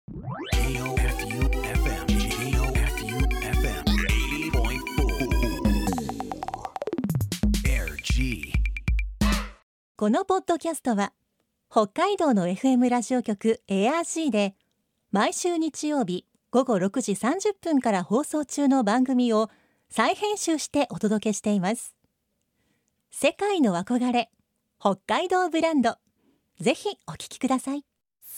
J-O-F-U-F-M 80.4 Air G。 このポッドキャストは北海道の FM ラジオ局 ARC で毎週日曜日午後6時30分から放送中の番組を再編集してお届けしています。世界の憧れ北海道ブランド、ぜひお聞きください。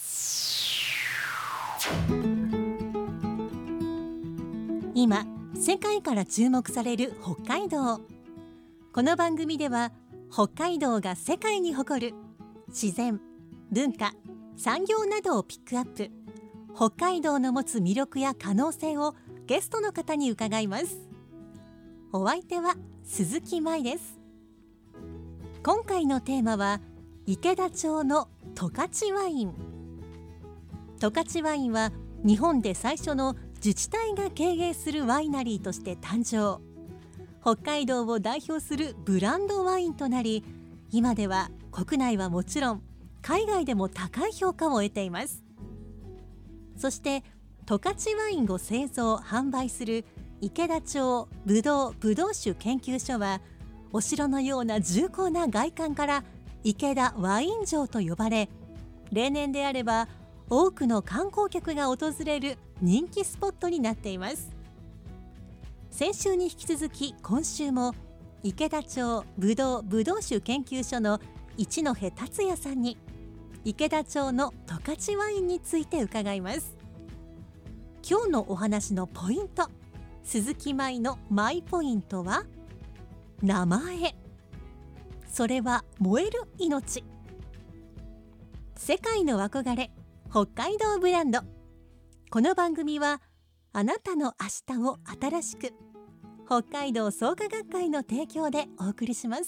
今世界から注目される北海道。この番組では北海道が世界に誇る自然、文化、産業などをピックアップ。北海道の持つ魅力や可能性をゲストの方に伺います。お相手は鈴木舞です。今回のテーマは池田町の十勝ワイン。十勝ワインは日本で最初の自治体が経営するワイナリーとして誕生。北海道を代表するブランドワインとなり、今では国内はもちろん海外でも高い評価を得ています。そして十勝ワインを製造販売する池田町ぶどう酒研究所は、お城のような重厚な外観から池田ワイン城と呼ばれ、例年であれば多くの観光客が訪れる人気スポットになっています。先週に引き続き今週も池田町ぶどう酒研究所の一戸達也さんに池田町の十勝ワインについて伺います。今日のお話のポイント、鈴木舞のマイポイントは名前。それは燃える命。世界の憧れ北海道ブランド。この番組はあなたの明日を新しく、北海道創価学会の提供でお送りします。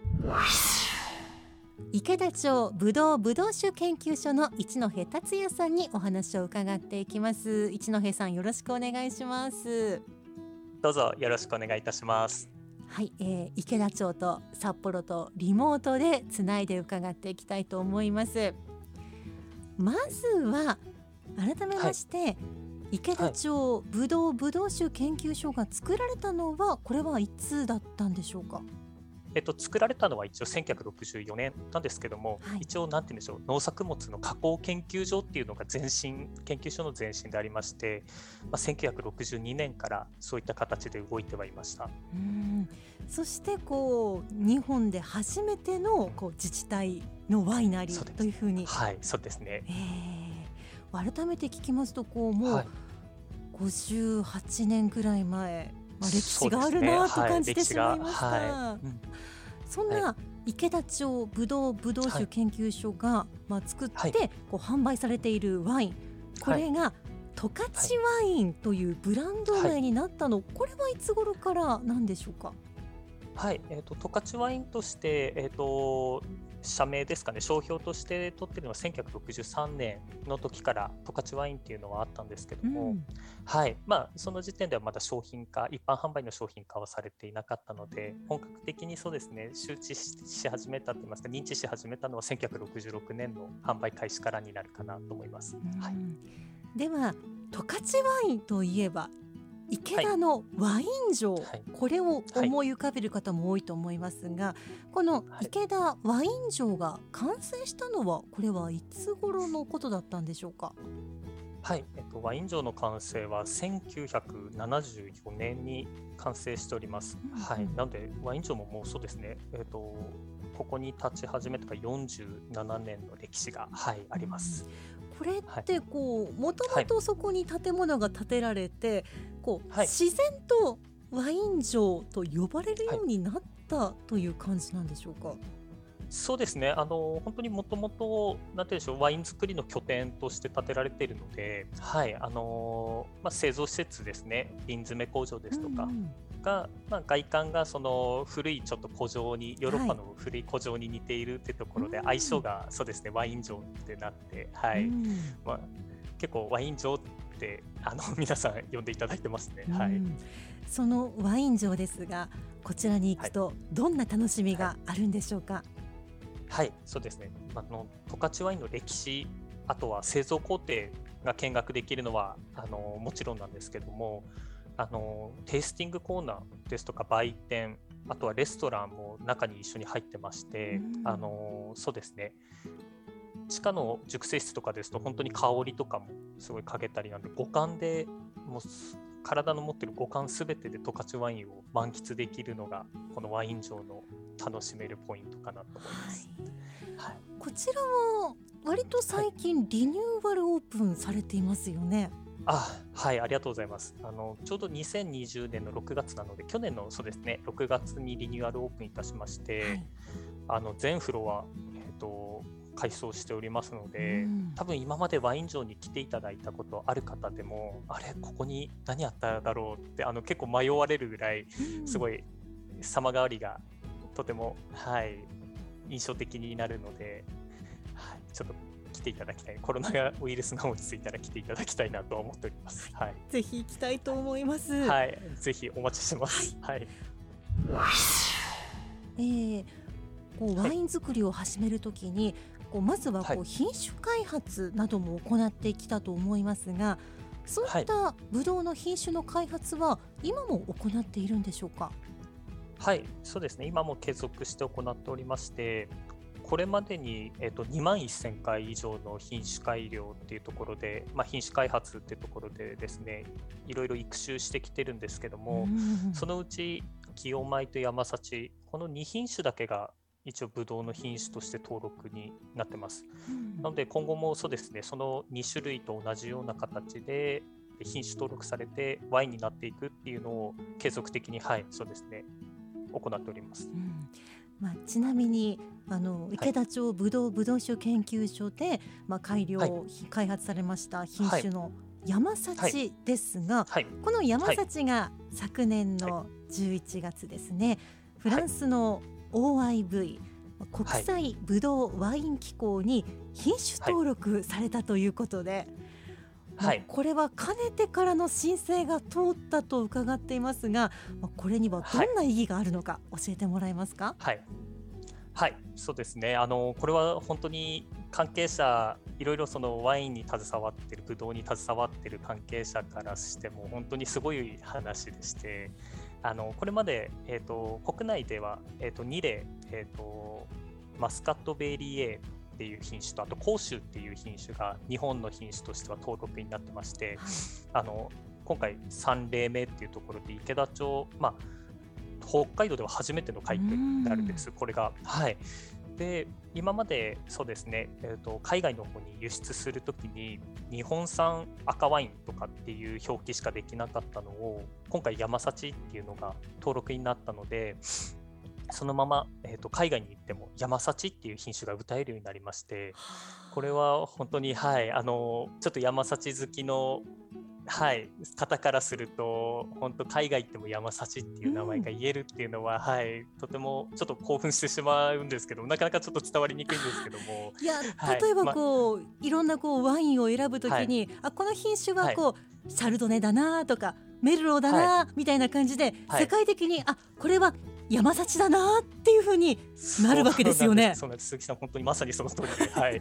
池田町ぶどう酒研究所の一戸達也さんにお話を伺っていきます。一戸さん、よろしくお願いします。 どうぞよろしくお願いいたします。 はい、池田町と札幌とリモートでつないで伺っていきたいと思います。まずは改めまして、池田町ぶどう酒研究所が作られたのは、これはいつだったんでしょうか？ 作られたのは一応1964年なんですけども、一応なんて言うんでしょう、農作物の加工研究所っていうのが前身、研究所の前身でありまして、1962年からそういった形で動いてはいました。 そして日本で初めての自治体のワイナリーというふうに。 はい、そうですね。 改めて聞きますともう58年ぐらい前、歴史があるなと感じてしまいました。そんな池田町ぶどう酒研究所が作って販売されているワイン、これが十勝ワインというブランド名になったの、これはいつ頃からなんでしょうか？ はい、十勝ワインとして、社名ですかね、商標として取っているのは1963年の時から十勝ワインっていうのはあったんですけども、その時点ではまだ商品化、一般販売の商品化はされていなかったので、本格的にそうですね、周知し始めたといいますか、認知し始めたのは1966年の販売開始からになるかなと思います。 では十勝ワインといえば池田のワイン城、これを思い浮かべる方も多いと思いますが、この池田ワイン城が完成したのは、これはいつ頃のことだったんでしょうか？ ワイン城の完成は1974年に完成しております。なのでワイン城ももうそうですね、ここに立ち始めたから47年の歴史が、あります。 これってもともとそこに建物が建てられて、自然とワイン城と呼ばれるようになったという感じなんでしょうか？ そうですね、本当にもともとワイン作りの拠点として建てられているので、製造施設ですね、瓶詰め工場ですとかが、外観がその古いちょっと古城に、ヨーロッパの古い古城に似ているってところで、相性がそうですね、ワイン城ってなって、結構ワイン城って皆さん呼んでいただいてますね。 そのワイン城ですが、こちらに行くとどんな楽しみがあるんでしょうか？ そうですね、十勝ワインの歴史、あとは製造工程が見学できるのはもちろんなんですけども、テイスティングコーナーですとか売店、あとはレストランも中に一緒に入ってまして、そうですね、地下の熟成室とかですと本当に香りとかもすごい嗅げたりなんで、五感でもう体の持ってる五感すべてで十勝ワインを満喫できるのがこのワイン城の楽しめるポイントかなと思います。 はい、こちらは割と最近リニューアルオープンされていますよね。 はい、ありがとうございます。ちょうど2020年の6月なので、去年のそうですね、6月にリニューアルオープンいたしまして、全フロア、改装しておりますので、多分今までワイン城に来ていただいたことある方でも、あれ、ここに何あっただろうって結構迷われるぐらい、すごい様変わりがとても、印象的になるので、ちょっと来ていただきたい、コロナウイルスが落ち着いたら来ていただきたいなと思っております。 ぜひ行きたいと思います。 ぜひお待ちしてます。 ワイン作りを始めるときに、まずは品種開発なども行ってきたと思いますが、そういったブドウの品種の開発は今も行っているんでしょうか？ そうですね、今も継続して行っておりまして、これまでに、2万1000回以上の品種改良っていうところで、品種開発っていうところでですね、いろいろ育種してきてるんですけども、そのうち清米と山幸、この2品種だけが一応ブドウの品種として登録になってます。なので今後もそうですね、その2種類と同じような形で品種登録されてワインになっていくっていうのを継続的にそうですね、行っております。 ちなみに池田町ブドウ酒研究所で、開発されました品種の山幸ですが、この山幸が昨年の11月ですね、フランスの OIV 国際ブドウワイン機構に品種登録されたということで、これはかねてからの申請が通ったと伺っていますが、これにはどんな意義があるのか教えてもらえますか？ そうですね、これは本当に関係者、いろいろそのワインに携わっている、ブドウに携わっている関係者からしても本当にすごい話でして、これまで、国内では、2例、マスカットベイリー Aっていう品種と、あと甲州っていう品種が日本の品種としては登録になってまして、今回3例目っていうところで池田町、北海道では初めての快挙になるんです、これが。で、今までそうですね、海外の方に輸出するときに日本産赤ワインとかっていう表記しかできなかったのを、今回山幸っていうのが登録になったので、そのまま、海外に行っても山幸っていう品種が歌えるようになりまして、これは本当に、ちょっと山幸好きの方からすると、本当海外行っても山幸っていう名前が言えるっていうのは、とてもちょっと興奮してしまうんですけど、なかなかちょっと伝わりにくいんですけども、 例えばいろんなワインを選ぶときに、この品種はシャルドネだなとかメルローだなみたいな感じで、世界的にこれは山幸だなっていう風になるわけですよね。 そうなんです、鈴木さん、本当にまさにその通りで、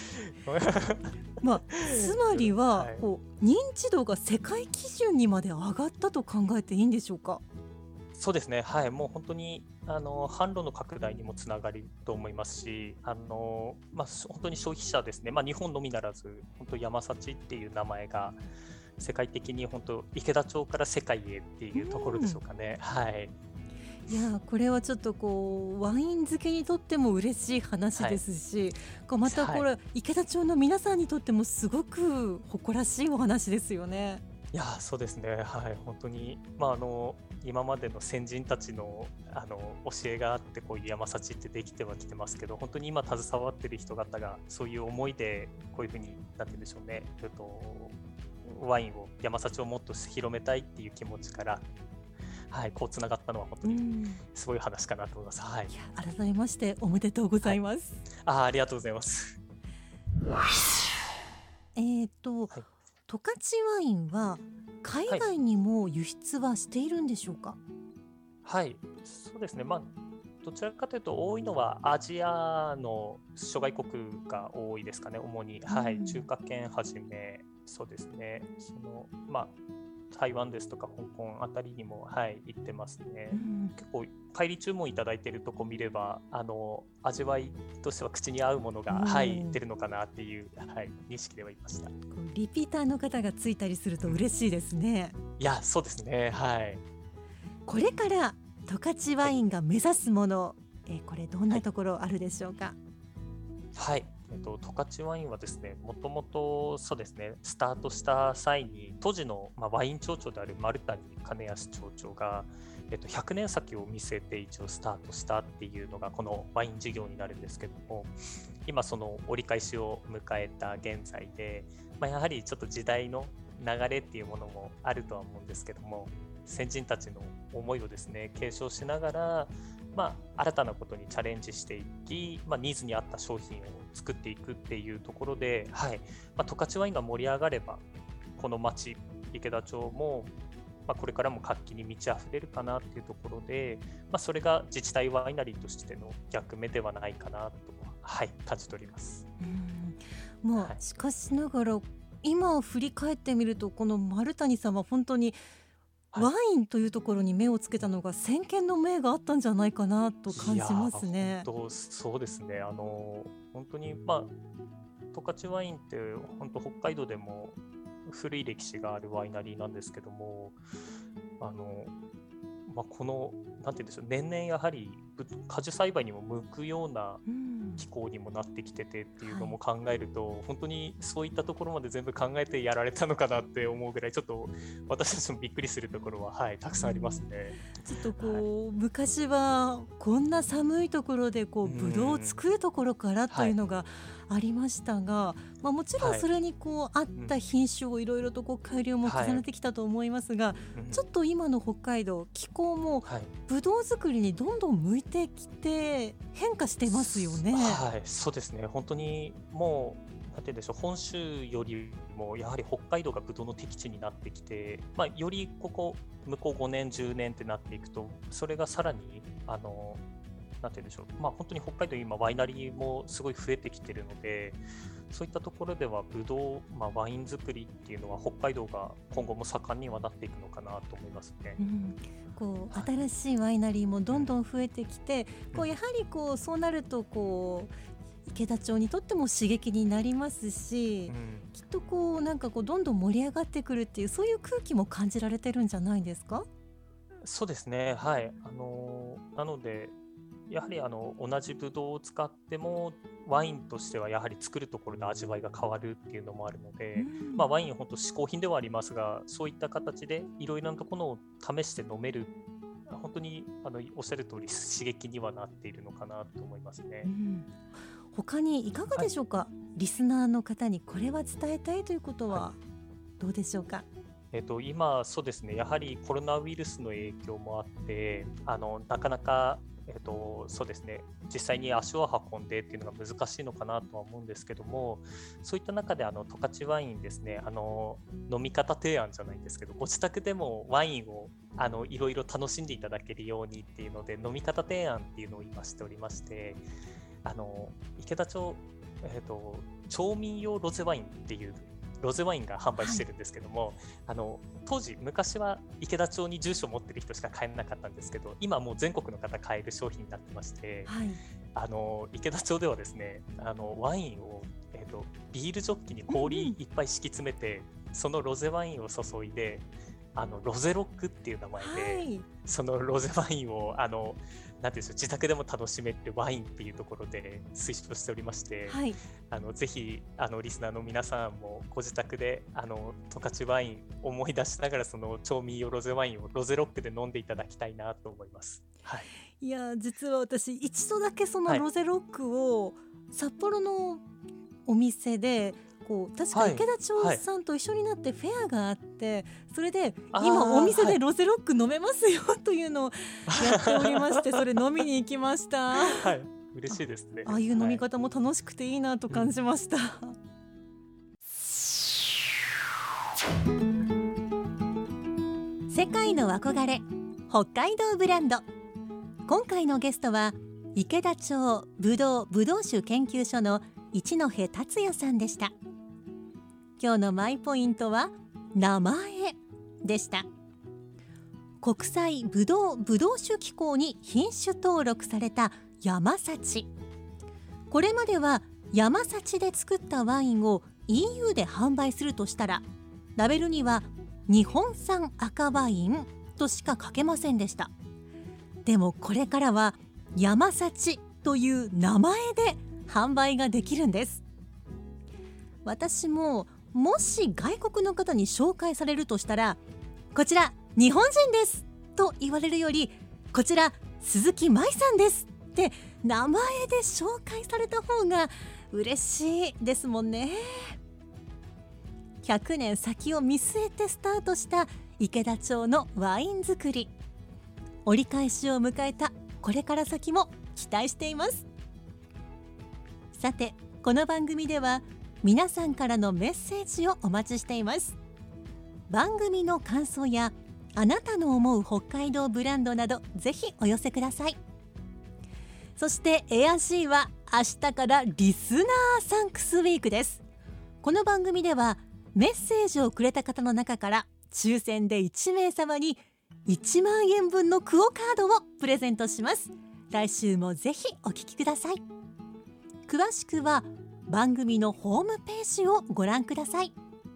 つまりは、認知度が世界基準にまで上がったと考えていいんでしょうか？ そうですね、もう本当に販路の拡大にもつながると思いますし、本当に消費者ですね、日本のみならず本当山幸っていう名前が世界的に本当池田町から世界へっていうところでしょうかね。 いや、これはちょっとワイン好きにとっても嬉しい話ですし、またこれ、池田町の皆さんにとってもすごく誇らしいお話ですよね。 いや、そうですね、本当に、今までの先人たちの教えがあって、こういう山幸ってできてはきてますけど、本当に今携わってる人方がそういう思いでこういうふうになってるんでしょうね、ワインを、山幸をもっと広めたいっていう気持ちからこうつながったのは本当にすごい話かなと思います。 改めましておめでとうございます。 ありがとうございます。 十勝ワインは海外にも輸出はしているんでしょうか？ そうですね、どちらかというと多いのはアジアの諸外国が多いですかね、主に、中華圏はじめそうですね。台湾ですとか香港あたりにも、行ってますね。結構帰り注文いただいているとこ見れば味わいとしては口に合うものが、出るのかなっていう、認識ではいました。 リピーターの方がついたりすると嬉しいですね。 いや、そうですね。 これから十勝ワインが目指すもの、これどんなところあるでしょうか。 十勝ワインはですね、もともとそうですね、スタートした際に当時の、ワイン町長である丸谷金康町長が、100年先を見据えて一応スタートしたっていうのがこのワイン事業になるんですけども、今その折り返しを迎えた現在で、やはりちょっと時代の流れっていうものもあるとは思うんですけども、先人たちの思いをですね継承しながら、新たなことにチャレンジしていき、ニーズに合った商品を作っていくっていうところで、十勝ワインが盛り上がればこの町池田町も、これからも活気に満ち溢れるかなっていうところで、それが自治体ワイナリーとしての役目ではないかなと、感じております。 しかしながら今振り返ってみると、この丸谷さんは本当にワインというところに目をつけたのが先見の明があったんじゃないかなと感じますね。 そうですね。本当に十勝ワインって本当北海道でも古い歴史があるワイナリーなんですけども、このなんていうんでしょう、年々やはり果樹栽培にも向くような気候にもなってきててっていうのも考えると、本当にそういったところまで全部考えてやられたのかなって思うぐらい、ちょっと私たちもびっくりするところは、たくさんありますね。 ちょっと昔はこんな寒いところでブドウを作るところからというのがありましたが、もちろんそれに合った品種をいろいろと改良も重ねてきたと思いますが、ちょっと今の北海道気候もブドウ作りにどんどん向いてきて変化してますよね。 そうですね。本当にもうなんて言うんでしょう、本州よりもやはり北海道がブドウの適地になってきて、より向こう5年10年ってなっていくと、それがさらになんて言うんでしょう、本当に北海道今ワイナリーもすごい増えてきてるので、そういったところではブドウ、ワイン作りっていうのは北海道が今後も盛んにはなっていくのかなと思いますね。 新しいワイナリーもどんどん増えてきて、やはりそうなると池田町にとっても刺激になりますし、きっとどんどん盛り上がってくるっていう、そういう空気も感じられてるんじゃないですか。 そうですね。なのでやはり同じブドウを使ってもワインとしてはやはり作るところで味わいが変わるっていうのもあるので、ワイン本当嗜好品ではありますが、そういった形でいろいろなところを試して飲める、本当におっしゃる通り刺激にはなっているのかなと思いますね。 他にいかがでしょうか。リスナーの方にこれは伝えたいということはどうでしょうか。 今そうですね、やはりコロナウイルスの影響もあってなかなかそうですね、実際に足を運んでっていうのが難しいのかなとは思うんですけども、そういった中で十勝ワインですね、飲み方提案じゃないんですけど、ご自宅でもワインをいろいろ楽しんでいただけるようにっていうので、飲み方提案っていうのを今しておりまして、池田町、町民用ロゼワインっていうロゼワインが販売してるんですけども、当時昔は池田町に住所を持ってる人しか買えなかったんですけど、今もう全国の方買える商品になってまして、池田町ではですね、ワインを、ビールジョッキに氷いっぱい敷き詰めて、そのロゼワインを注いでロゼロックっていう名前で、そのロゼワインをなんていうんでしょう、自宅でも楽しめるワインっていうところで推奨しておりまして、ぜひリスナーの皆さんもご自宅で十勝ワイン思い出しながら、その町民用ロゼワインをロゼロックで飲んでいただきたいなと思います。 いや実は私一度だけそのロゼロックを札幌のお店で確か池田町さんと一緒になってフェアがあって、それで今お店でロゼロック飲めますよというのをやっておりまして、それ飲みに行きました。 嬉しいですね。 ああいう飲み方も楽しくていいなと感じました。世界の憧れ北海道ブランド。今回のゲストは池田町ぶどう酒研究所の一戸達也さんでした。 今日のマイポイントは名前でした。国際ブドウ酒機構に品種登録された山幸。これまでは山幸で作ったワインを EU で販売するとしたら、ラベルには日本産赤ワインとしか書けませんでした。でもこれからは山幸という名前で販売ができるんです。私ももし外国の方に紹介されるとしたら、こちら日本人ですと言われるより、こちら鈴木舞さんですって名前で紹介された方が嬉しいですもんね。100年先を見据えてスタートした池田町のワイン作り、折り返しを迎えたこれから先も期待しています。さて、この番組では皆さんからのメッセージをお待ちしています。番組の感想やあなたの思う北海道ブランドなど、ぜひお寄せください。そしてエアジーは明日からリスナーサンクスウィークです。この番組ではメッセージをくれた方の中から抽選で1名様に1万円分のクオカードをプレゼントします。来週もぜひお聞きください。詳しくは番組のホームページをご覧ください。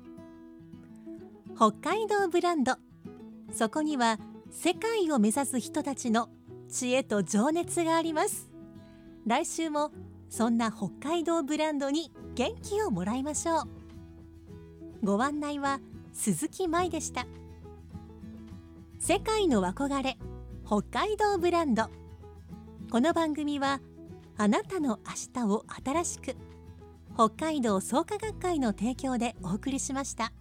北海道ブランド、そこには世界を目指す人たちの知恵と情熱があります。来週もそんな北海道ブランドに元気をもらいましょう。ご案内は鈴木舞でした。世界の憧れ、北海道ブランド。この番組はあなたの明日を新しく、北海道創価学会の提供でお送りしました。